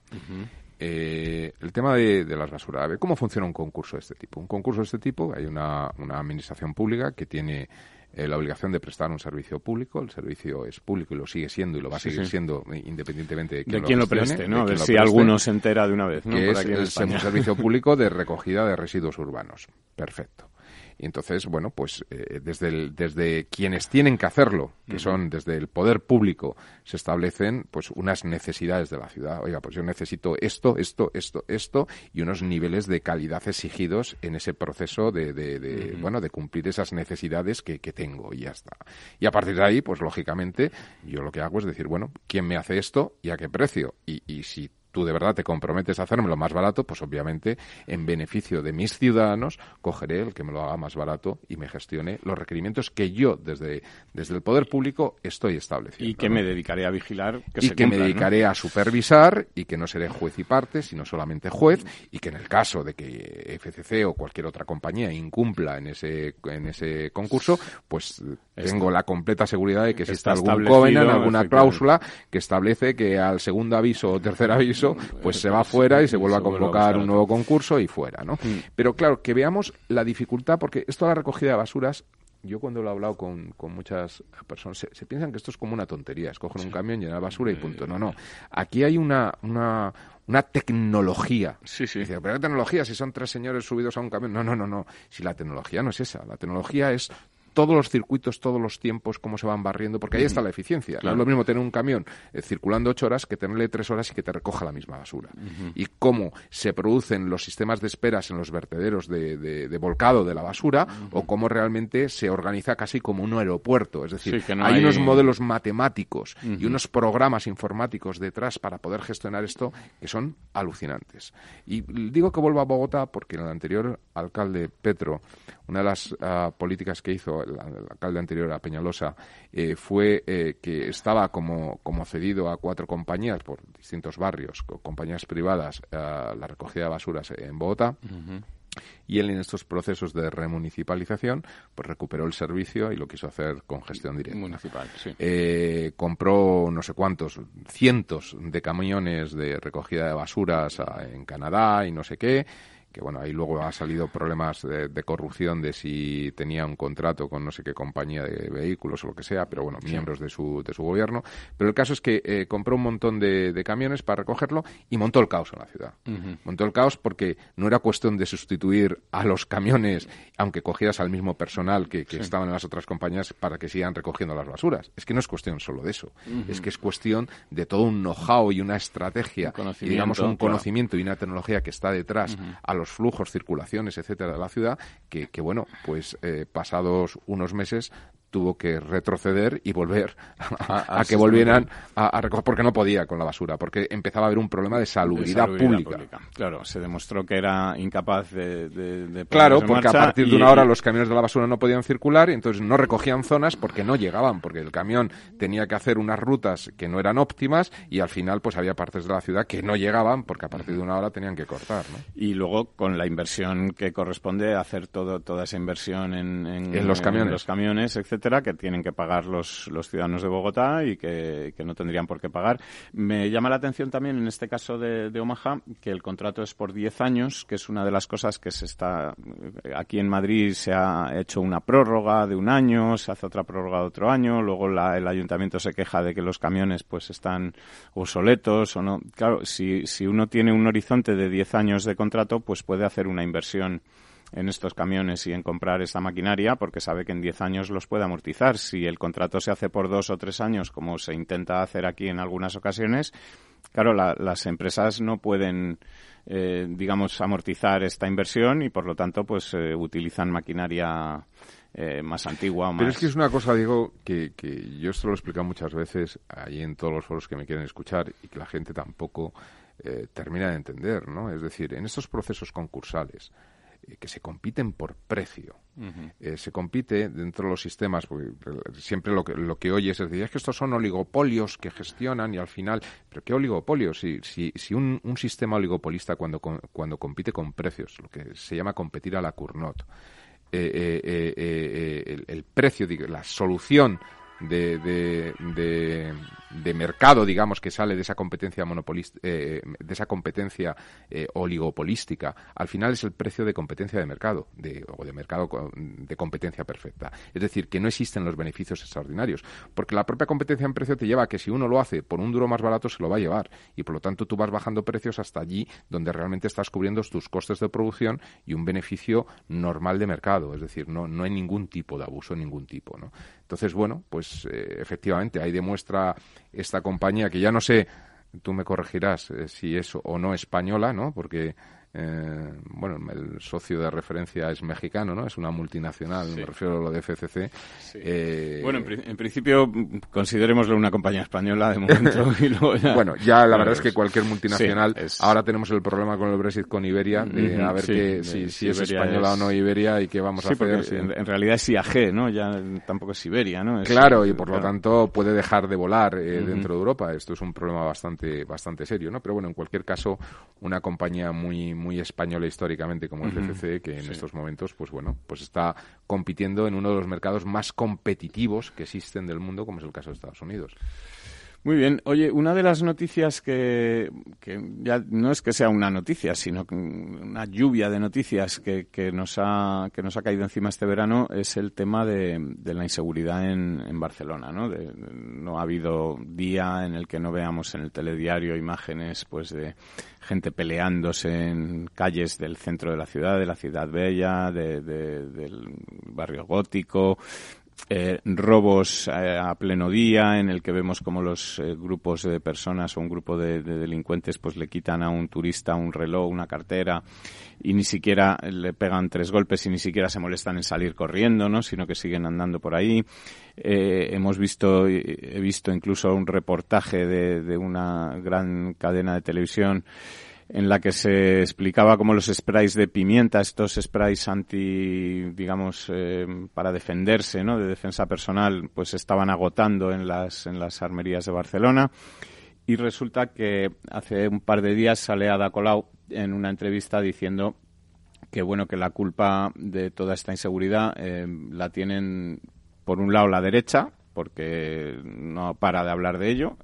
El tema de las basuras. A ver, ¿cómo funciona un concurso de este tipo? Un concurso de este tipo, hay una administración pública que tiene la obligación de prestar un servicio público. El servicio es público y lo sigue siendo y lo va a seguir siendo independientemente de quién lo preste, ¿no? A ver si alguno se entera de una vez, ¿no? Que es un servicio público de recogida de residuos urbanos. Perfecto. Y entonces, bueno, pues desde quienes tienen que hacerlo, que son desde el poder público, se establecen pues unas necesidades de la ciudad. Oiga, pues yo necesito esto, y unos niveles de calidad exigidos en ese proceso de cumplir esas necesidades que tengo, y ya está. Y a partir de ahí, pues lógicamente, yo lo que hago es decir, bueno, ¿quién me hace esto y a qué precio? Y si tú de verdad te comprometes a hacérmelo más barato, pues obviamente en beneficio de mis ciudadanos cogeré el que me lo haga más barato y me gestione los requerimientos que yo desde el poder público estoy estableciendo. Y que me dedicaré a vigilar me dedicaré a supervisar, y que no seré juez y parte, sino solamente juez, y que en el caso de que FCC o cualquier otra compañía incumpla en ese concurso, pues tengo la completa seguridad de que si está algún covenant, alguna cláusula que establece que al segundo aviso o tercer aviso pues se va fuera y se vuelve a convocar un nuevo concurso y fuera, ¿no? Pero claro, que veamos la dificultad, porque esto de la recogida de basuras, yo cuando lo he hablado con muchas personas, se piensan que esto es como una tontería, es coger un camión, llenar basura y punto. No. Aquí hay una tecnología. Sí. Dice, ¿pero qué tecnología si son 3 señores subidos a un camión? No. Si la tecnología no es esa, la tecnología es todos los circuitos, todos los tiempos, cómo se van barriendo, porque ahí está la eficiencia. Claro. No es lo mismo tener un camión circulando 8 horas que tenerle 3 horas y que te recoja la misma basura. Y cómo se producen los sistemas de esperas en los vertederos de volcado de la basura, o cómo realmente se organiza casi como un aeropuerto. Es decir, hay unos modelos matemáticos y unos programas informáticos detrás para poder gestionar esto que son alucinantes. Y digo que vuelvo a Bogotá porque el anterior alcalde Petro, una de las políticas que hizo el alcalde anterior a Peñalosa fue que estaba como cedido a 4 compañías por distintos barrios, compañías privadas, la recogida de basuras en Bogotá. Y él, en estos procesos de remunicipalización, pues recuperó el servicio y lo quiso hacer con gestión directa. Municipal, sí. Compró no sé cuántos, cientos de camiones de recogida de basuras en Canadá y no sé qué, que bueno, ahí luego ha salido problemas de corrupción de si tenía un contrato con no sé qué compañía de vehículos o lo que sea, pero bueno, miembros de su gobierno. Pero el caso es que compró un montón de camiones para recogerlo y montó el caos en la ciudad. Montó el caos porque no era cuestión de sustituir a los camiones, aunque cogieras al mismo personal que estaban en las otras compañías para que sigan recogiendo las basuras. Es que no es cuestión solo de eso. Es que es cuestión de todo un know-how y una estrategia y digamos un conocimiento y una tecnología que está detrás a los flujos, circulaciones, etcétera, de la ciudad, que bueno, pues pasados unos meses tuvo que retroceder y volver a que volvieran a recoger, porque no podía con la basura, porque empezaba a haber un problema de salubridad pública. Claro, se demostró que era incapaz de claro, porque a partir de una hora los camiones de la basura no podían circular y entonces no recogían zonas porque no llegaban, porque el camión tenía que hacer unas rutas que no eran óptimas y al final pues había partes de la ciudad que no llegaban porque a partir de una hora tenían que cortar, ¿no? Y luego con la inversión que corresponde hacer toda esa inversión en los camiones, etcétera, que tienen que pagar los ciudadanos de Bogotá y que no tendrían por qué pagar. Me llama la atención también en este caso de Omaha que el contrato es por 10 años, que es una de las cosas que se está... Aquí en Madrid se ha hecho una prórroga de un año, se hace otra prórroga de otro año, luego el ayuntamiento se queja de que los camiones pues están obsoletos o no. Claro, si uno tiene un horizonte de 10 años de contrato, pues puede hacer una inversión en estos camiones y en comprar esta maquinaria porque sabe que en 10 años los puede amortizar. Si el contrato se hace por 2 o 3 años, como se intenta hacer aquí en algunas ocasiones, claro, las empresas no pueden, digamos, amortizar esta inversión y, por lo tanto, pues utilizan maquinaria más antigua o más... Pero es que es una cosa, Diego, que yo esto lo he explicado muchas veces ahí en todos los foros que me quieren escuchar y que la gente tampoco termina de entender, ¿no? Es decir, en estos procesos concursales que se compiten por precio, se compite dentro de los sistemas, porque siempre lo que oyes es decir, es que estos son oligopolios que gestionan y al final, ¿pero qué oligopolios? Si un sistema oligopolista cuando compite con precios, lo que se llama competir a la Cournot, el precio, la solución de mercado, digamos, que sale de esa competencia monopolista, de esa competencia oligopolística, al final es el precio de competencia de mercado, o de mercado de competencia perfecta. Es decir, que no existen los beneficios extraordinarios, porque la propia competencia en precio te lleva a que si uno lo hace por un duro más barato se lo va a llevar, y por lo tanto tú vas bajando precios hasta allí donde realmente estás cubriendo tus costes de producción y un beneficio normal de mercado. Es decir, no hay ningún tipo de abuso, ningún tipo, ¿no? Entonces, bueno, pues efectivamente ahí demuestra esta compañía que ya no sé, tú me corregirás si es o no española, ¿no? Porque bueno, el socio de referencia es mexicano, ¿no? Es una multinacional, sí. Me refiero a lo de FCC. Sí. Bueno, en principio considerémoslo una compañía española de momento. Y luego ya... Bueno, ya la verdad es que cualquier multinacional, sí, ahora tenemos el problema con el Brexit con Iberia, de a ver si es española o no Iberia y qué vamos a hacer. Sí, en realidad es IAG, ¿no? Ya tampoco es Iberia, ¿no? Claro, y por lo tanto puede dejar de volar dentro de Europa. Esto es un problema bastante serio, ¿no? Pero bueno, en cualquier caso, una compañía muy española históricamente como el FCC, que en estos momentos, pues bueno, pues está compitiendo en uno de los mercados más competitivos que existen del mundo, como es el caso de Estados Unidos. Muy bien. Oye, una de las noticias que ya no es que sea una noticia, sino una lluvia de noticias que nos ha caído encima este verano es el tema de la inseguridad en Barcelona, ¿no? No ha habido día en el que no veamos en el telediario imágenes pues de gente peleándose en calles del centro de la Ciudad Bella, del barrio gótico. Robos a pleno día en el que vemos como los grupos de personas o un grupo de delincuentes pues le quitan a un turista un reloj, una cartera y ni siquiera le pegan 3 golpes y ni siquiera se molestan en salir corriendo, ¿no? Sino que siguen andando por ahí. He visto incluso un reportaje de una gran cadena de televisión en la que se explicaba cómo los sprays de pimienta, estos sprays para defenderse, ¿no? De defensa personal, pues estaban agotando en las armerías de Barcelona. Y resulta que hace un par de días sale Ada Colau en una entrevista diciendo que la culpa de toda esta inseguridad la tienen, por un lado, la derecha, porque no para de hablar de ello.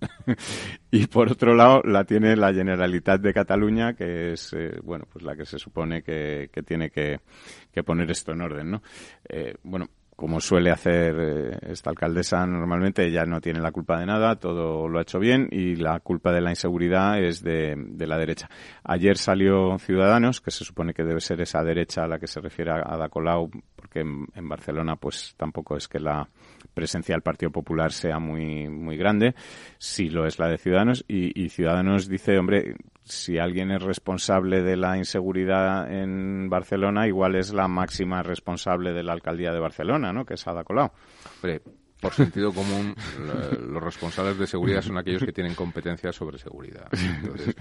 Y por otro lado la tiene la Generalitat de Cataluña, que es bueno, pues la que se supone que tiene que poner esto en orden, ¿no? Bueno, como suele hacer esta alcaldesa normalmente, ella no tiene la culpa de nada, todo lo ha hecho bien y la culpa de la inseguridad es de la derecha. Ayer salió Ciudadanos, que se supone que debe ser esa derecha a la que se refiere a Ada Colau, porque en Barcelona pues tampoco es que la presencia del Partido Popular sea muy muy grande, sí lo es la de Ciudadanos, y Ciudadanos dice, hombre, si alguien es responsable de la inseguridad en Barcelona, igual es la máxima responsable de la alcaldía de Barcelona, ¿no? Que es Ada Colau. Hombre, por sentido común, los responsables de seguridad son aquellos que tienen competencia sobre seguridad. Entonces,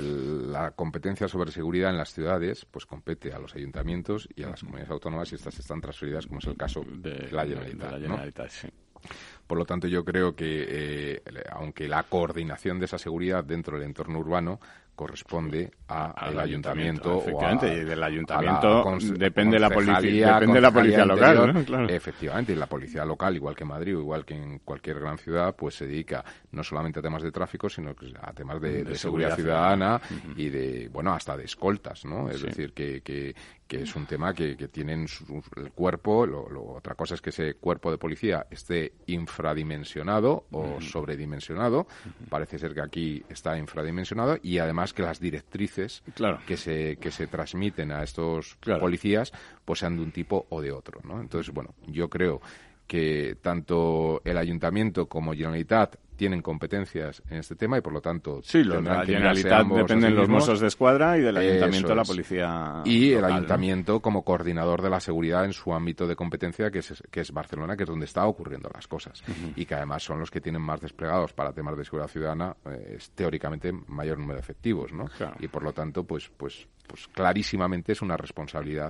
la competencia sobre seguridad en las ciudades pues compete a los ayuntamientos y a las comunidades autónomas, y estas están transferidas, como es el caso de la Generalitat, ¿no? Sí. Por lo tanto, yo creo que, aunque la coordinación de esa seguridad dentro del entorno urbano corresponde al ayuntamiento, efectivamente, o y del ayuntamiento depende la policía local, ¿no? Claro. Efectivamente, y la policía local, igual que en Madrid o igual que en cualquier gran ciudad, pues se dedica no solamente a temas de tráfico, sino a temas de seguridad ciudadana y de, bueno, hasta de escoltas, ¿no? Es decir, que es un tema que tienen el cuerpo. Otra cosa es que ese cuerpo de policía esté infradimensionado o sobredimensionado. Parece ser que aquí está infradimensionado, y además que las directrices que se transmiten a estos policías pues sean de un tipo o de otro, ¿no? Entonces, bueno, yo creo que tanto el Ayuntamiento como Generalitat tienen competencias en este tema y, por lo tanto, la Generalitat dependen los Mossos de Escuadra y del Ayuntamiento la policía y local, el Ayuntamiento, ¿no?, como coordinador de la seguridad en su ámbito de competencia, que es Barcelona, que es donde está ocurriendo las cosas, y que además son los que tienen más desplegados para temas de seguridad ciudadana, teóricamente mayor número de efectivos, ¿no? Claro. Y por lo tanto, pues clarísimamente es una responsabilidad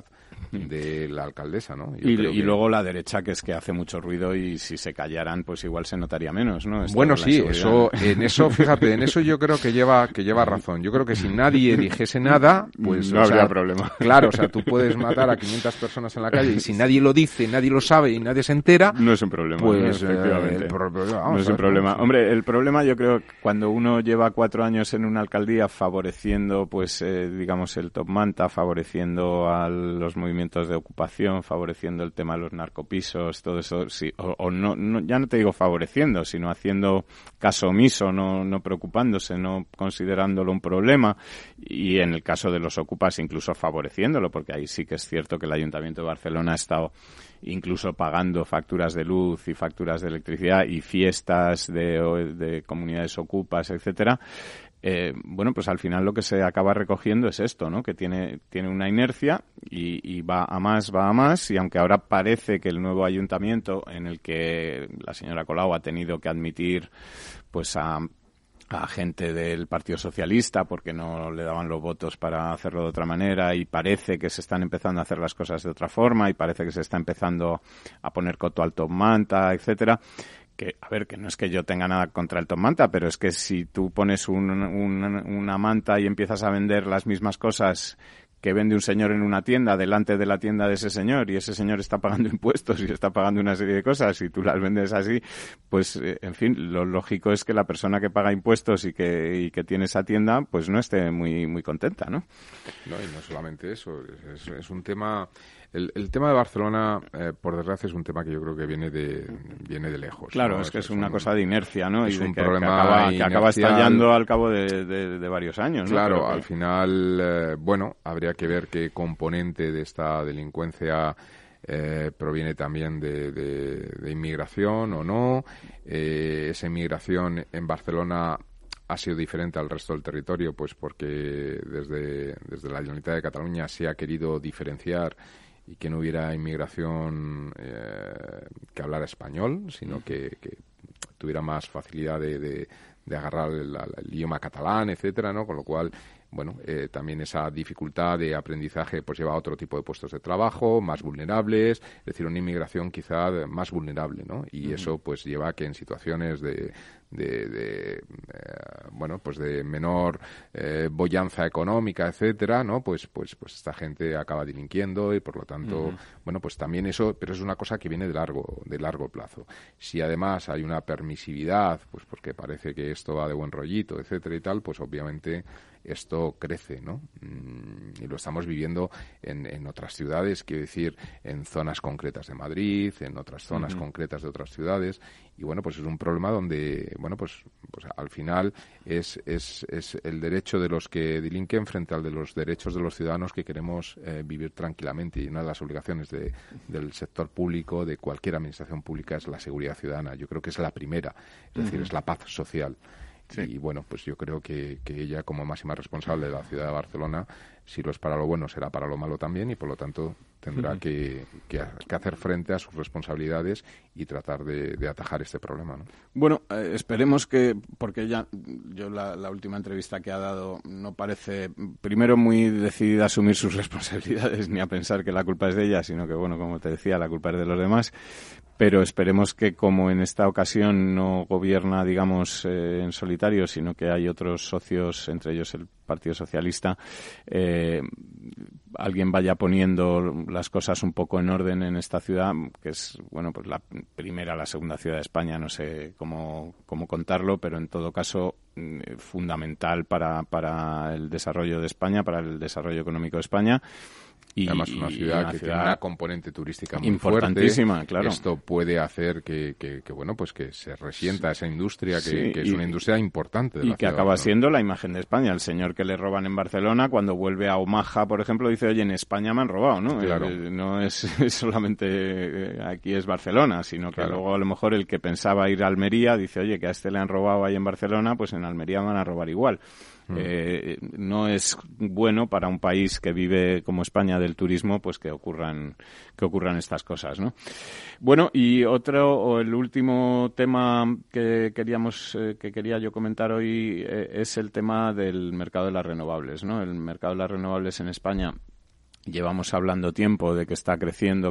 de la alcaldesa, ¿no? Y luego la derecha, que es que hace mucho ruido, y si se callaran, pues igual se notaría menos, ¿no? Bueno, sí, fíjate, en eso yo creo que lleva razón. Yo creo que si nadie dijese nada, pues no habría problema. Claro, o sea, tú puedes matar a 500 personas en la calle, y si nadie lo dice, nadie lo sabe y nadie se entera, no es un problema. Pues efectivamente, no es un problema. Hombre, el problema, yo creo, cuando uno lleva 4 años en una alcaldía favoreciendo, pues, digamos, el top manta, favoreciendo a los movimientos de ocupación, favoreciendo el tema de los narcopisos, todo eso, sí, o no, ya no te digo favoreciendo, sino haciendo caso omiso, no preocupándose, no considerándolo un problema, y en el caso de los ocupas incluso favoreciéndolo, porque ahí sí que es cierto que el Ayuntamiento de Barcelona ha estado incluso pagando facturas de luz y facturas de electricidad y fiestas de comunidades ocupas, etcétera. Bueno, pues al final lo que se acaba recogiendo es esto, ¿no? Que tiene una inercia y va a más, y aunque ahora parece que el nuevo ayuntamiento, en el que la señora Colau ha tenido que admitir pues a gente del Partido Socialista porque no le daban los votos para hacerlo de otra manera, y parece que se están empezando a hacer las cosas de otra forma, y parece que se está empezando a poner coto al top manta, etcétera. Que, a ver, que no es que yo tenga nada contra el top manta, pero es que si tú pones una manta y empiezas a vender las mismas cosas que vende un señor en una tienda delante de la tienda de ese señor, y ese señor está pagando impuestos y está pagando una serie de cosas, y tú las vendes así, pues, en fin, lo lógico es que la persona que paga impuestos y que tiene esa tienda, pues no esté muy muy contenta, ¿no? No, y no solamente eso, es un tema... El tema de Barcelona, por desgracia, es un tema que yo creo que viene de lejos. Claro, ¿no? Es que es una cosa de inercia, ¿no? Es y de un que problema que acaba estallando al cabo de varios años, ¿no? Claro, Pero al final, bueno, habría que ver qué componente de esta delincuencia proviene también de inmigración o no. Esa inmigración en Barcelona ha sido diferente al resto del territorio, pues porque desde la Generalitat de Cataluña se ha querido diferenciar y que no hubiera inmigración que hablara español, sino que tuviera más facilidad de agarrar el idioma catalán, etcétera, ¿no? Con lo cual también esa dificultad de aprendizaje pues lleva a otro tipo de puestos de trabajo, más vulnerables, es decir, una inmigración quizá más vulnerable, ¿no? Y eso pues lleva a que en situaciones de menor bollanza económica, etcétera, ¿no? Pues esta gente acaba delinquiendo y por lo tanto, pues también eso, pero es una cosa que viene de largo plazo. Si además hay una permisividad, pues porque parece que esto va de buen rollito, etcétera y tal, pues obviamente esto crece, ¿no? Y lo estamos viviendo en otras ciudades, quiero decir, en zonas concretas de Madrid, en otras zonas concretas de otras ciudades, y pues es un problema donde, pues al final es el derecho de los que delinquen frente al de los derechos de los ciudadanos que queremos vivir tranquilamente, y una de las obligaciones del sector público, de cualquier administración pública, es la seguridad ciudadana. Yo creo que es la primera, es decir, es la paz social. Sí. Y pues yo creo que ella, como máxima responsable de la ciudad de Barcelona, si lo es para lo bueno, será para lo malo también, y por lo tanto tendrá que hacer frente a sus responsabilidades y tratar de atajar este problema, ¿no? Bueno, esperemos que, porque yo la última entrevista que ha dado no parece, primero, muy decidida a asumir sus responsabilidades ni a pensar que la culpa es de ella, sino que, como te decía, la culpa es de los demás. Pero esperemos que, como en esta ocasión no gobierna, digamos, en solitario, sino que hay otros socios, entre ellos el Partido Socialista, alguien vaya poniendo las cosas un poco en orden en esta ciudad, que es, pues la primera, la segunda ciudad de España, no sé cómo contarlo, pero en todo caso fundamental para el desarrollo de España, para el desarrollo económico de España. Y además una ciudad que tiene una componente turística muy importantísima, fuerte. Claro. Esto puede hacer que se resienta esa industria, que es una industria importante. Y que acaba siendo la imagen de España. El señor que le roban en Barcelona, cuando vuelve a Omaha, por ejemplo, dice, oye, en España me han robado, ¿no? Claro. No es solamente aquí es Barcelona, sino que luego a lo mejor el que pensaba ir a Almería dice, oye, que a este le han robado ahí en Barcelona, pues en Almería van a robar igual. No es bueno para un país que vive como España del turismo, pues que ocurran estas cosas, ¿no? Bueno, y el último tema que quería yo comentar hoy es el tema del mercado de las renovables, ¿no? El mercado de las renovables en España. Llevamos hablando tiempo de que está creciendo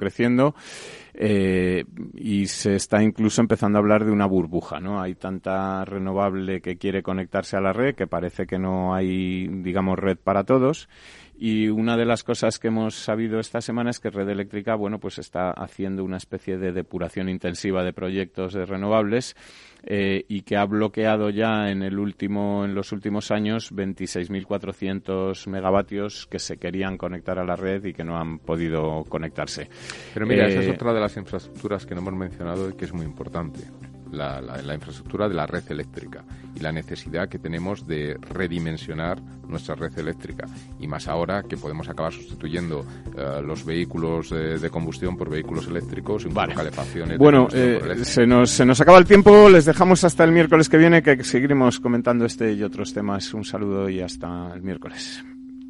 y se está incluso empezando a hablar de una burbuja, ¿no? Hay tanta renovable que quiere conectarse a la red que parece que no hay, digamos, red para todos. Y una de las cosas que hemos sabido esta semana es que Red Eléctrica, pues está haciendo una especie de depuración intensiva de proyectos de renovables y que ha bloqueado ya en los últimos años 26.400 megavatios que se querían conectar a la red y que no han podido conectarse. Pero mira, esa es otra de las infraestructuras que no hemos mencionado y que es muy importante. La infraestructura de la red eléctrica y la necesidad que tenemos de redimensionar nuestra red eléctrica, y más ahora que podemos acabar sustituyendo los vehículos de combustión por vehículos eléctricos y calefacciones. Bueno, se nos acaba el tiempo, les dejamos hasta el miércoles que viene, que seguiremos comentando este y otros temas. Un saludo y hasta el miércoles.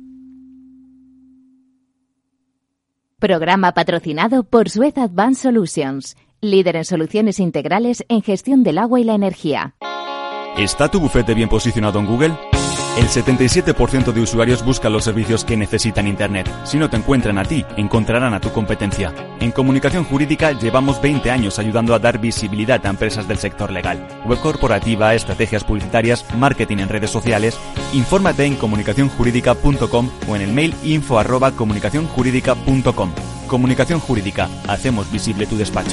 Programa patrocinado por Suez Advanced Solutions, líder en soluciones integrales en gestión del agua y la energía. ¿Está tu bufete bien posicionado en Google? El 77% de usuarios buscan los servicios que necesitan Internet. Si no te encuentran a ti, encontrarán a tu competencia. En Comunicación Jurídica llevamos 20 años ayudando a dar visibilidad a empresas del sector legal. Web corporativa, estrategias publicitarias, marketing en redes sociales. Infórmate en comunicacionjurídica.com o en el mail info@comunicacionjurídica.com. Comunicación Jurídica. Hacemos visible tu despacho.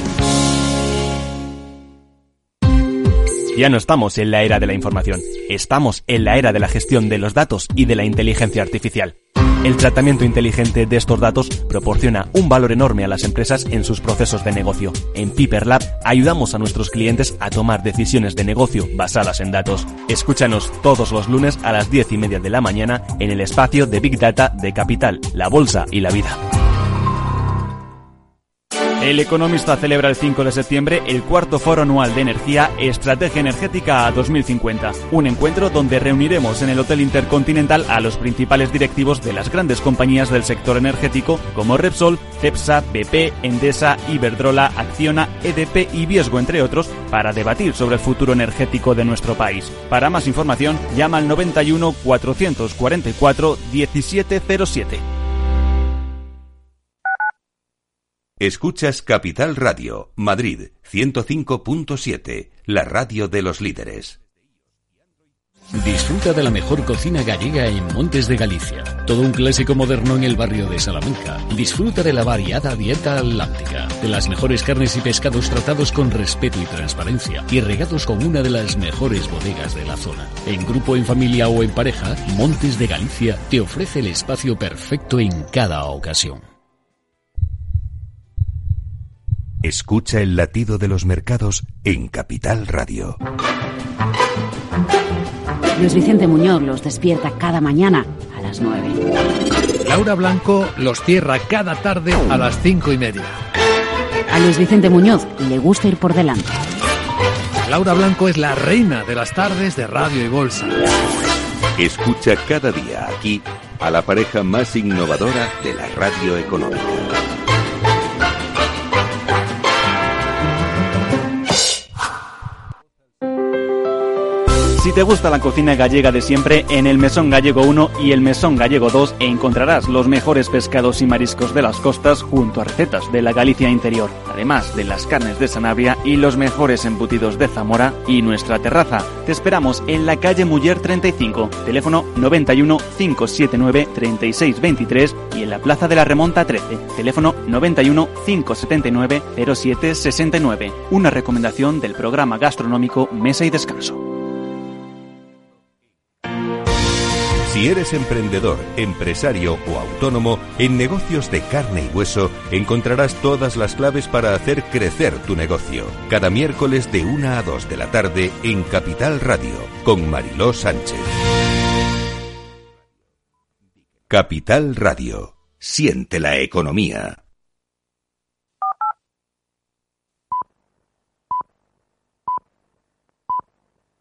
Ya no estamos en la era de la información, estamos en la era de la gestión de los datos y de la inteligencia artificial. El tratamiento inteligente de estos datos proporciona un valor enorme a las empresas en sus procesos de negocio. En Piper Lab ayudamos a nuestros clientes a tomar decisiones de negocio basadas en datos. Escúchanos todos los lunes a las 10:30 de la mañana en el espacio de Big Data de Capital, la Bolsa y la Vida. El Economista celebra el 5 de septiembre el cuarto foro anual de energía Estrategia Energética a 2050. Un encuentro donde reuniremos en el Hotel Intercontinental a los principales directivos de las grandes compañías del sector energético como Repsol, Cepsa, BP, Endesa, Iberdrola, Acciona, EDP y Viesgo, entre otros, para debatir sobre el futuro energético de nuestro país. Para más información, llama al 91 444 1707. Escuchas Capital Radio, Madrid 105.7, la radio de los líderes. Disfruta de la mejor cocina gallega en Montes de Galicia. Todo un clásico moderno en el barrio de Salamanca. Disfruta de la variada dieta atlántica, de las mejores carnes y pescados tratados con respeto y transparencia y regados con una de las mejores bodegas de la zona. En grupo, en familia o en pareja, Montes de Galicia te ofrece el espacio perfecto en cada ocasión. Escucha el latido de los mercados en Capital Radio. Luis Vicente Muñoz los despierta cada mañana a las 9. Laura Blanco los cierra cada tarde a las 5:30. A Luis Vicente Muñoz le gusta ir por delante. Laura Blanco es la reina de las tardes de Radio y Bolsa. Escucha cada día aquí a la pareja más innovadora de la radio económica. Si te gusta la cocina gallega de siempre, en el Mesón Gallego 1 y el Mesón Gallego 2 encontrarás los mejores pescados y mariscos de las costas junto a recetas de la Galicia interior, además de las carnes de Sanabria y los mejores embutidos de Zamora y nuestra terraza. Te esperamos en la calle Muller 35, teléfono 91 579 3623 y en la Plaza de la Remonta 13, teléfono 91 579 0769. Una recomendación del programa gastronómico Mesa y Descanso. Si eres emprendedor, empresario o autónomo, en Negocios de Carne y Hueso encontrarás todas las claves para hacer crecer tu negocio. Cada miércoles de 1 a 2 de la tarde en Capital Radio, con Mariló Sánchez. Capital Radio. Siente la economía.